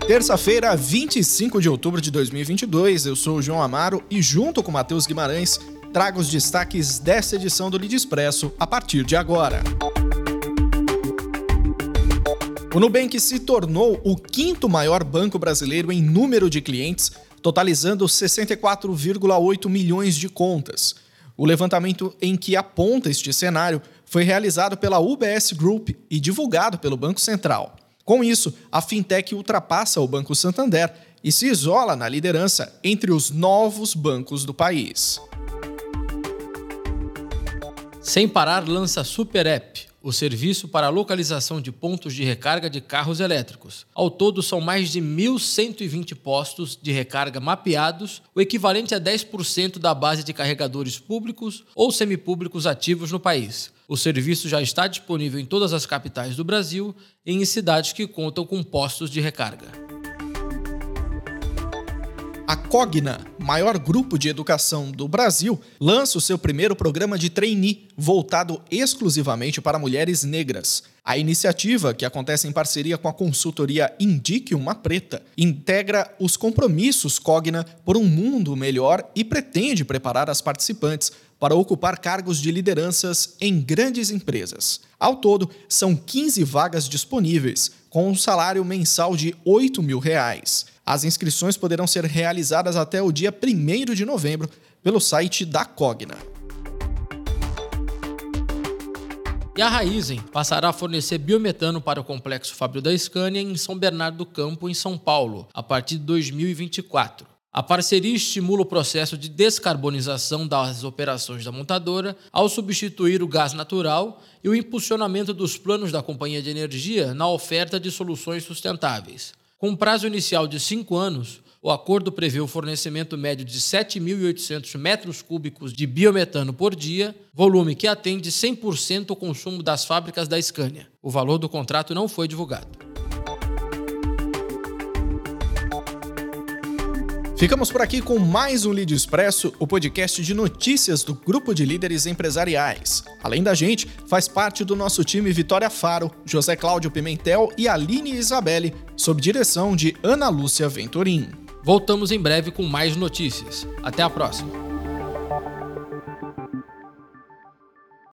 Terça-feira, 25 de outubro de 2022, eu sou o João Amaro e junto com Matheus Guimarães, trago os destaques desta edição do Lead Expresso a partir de agora. O Nubank se tornou o quinto maior banco brasileiro em número de clientes, totalizando 64,8 milhões de contas. O levantamento em que aponta este cenário foi realizado pela UBS Group e divulgado pelo Banco Central. Com isso, a fintech ultrapassa o Banco Santander e se isola na liderança entre os novos bancos do país. Sem Parar lança Super App, o serviço para a localização de pontos de recarga de carros elétricos. Ao todo, são mais de 1.120 postos de recarga mapeados, o equivalente a 10% da base de carregadores públicos ou semipúblicos ativos no país. O serviço já está disponível em todas as capitais do Brasil e em cidades que contam com postos de recarga. A Cogna, maior grupo de educação do Brasil, lança o seu primeiro programa de trainee, voltado exclusivamente para mulheres negras. A iniciativa, que acontece em parceria com a consultoria Indique Uma Preta, integra os compromissos Cogna por um mundo melhor e pretende preparar as participantes para ocupar cargos de lideranças em grandes empresas. Ao todo, são 15 vagas disponíveis, com um salário mensal de R$ 8 mil. As inscrições poderão ser realizadas até o dia 1º de novembro pelo site da Cogna. E a Raízen passará a fornecer biometano para o complexo Fábio da Scania em São Bernardo do Campo, em São Paulo, a partir de 2024. A parceria estimula o processo de descarbonização das operações da montadora ao substituir o gás natural e o impulsionamento dos planos da companhia de energia na oferta de soluções sustentáveis. Com um prazo inicial de 5 anos, o acordo prevê o fornecimento médio de 7.800 metros cúbicos de biometano por dia, volume que atende 100% ao consumo das fábricas da Scania. O valor do contrato não foi divulgado. Ficamos por aqui com mais um Lead Expresso, o podcast de notícias do Grupo de Líderes Empresariais. Além da gente, faz parte do nosso time Vitória Faro, José Cláudio Pimentel e Aline Isabelli, sob direção de Ana Lúcia Venturim. Voltamos em breve com mais notícias. Até a próxima!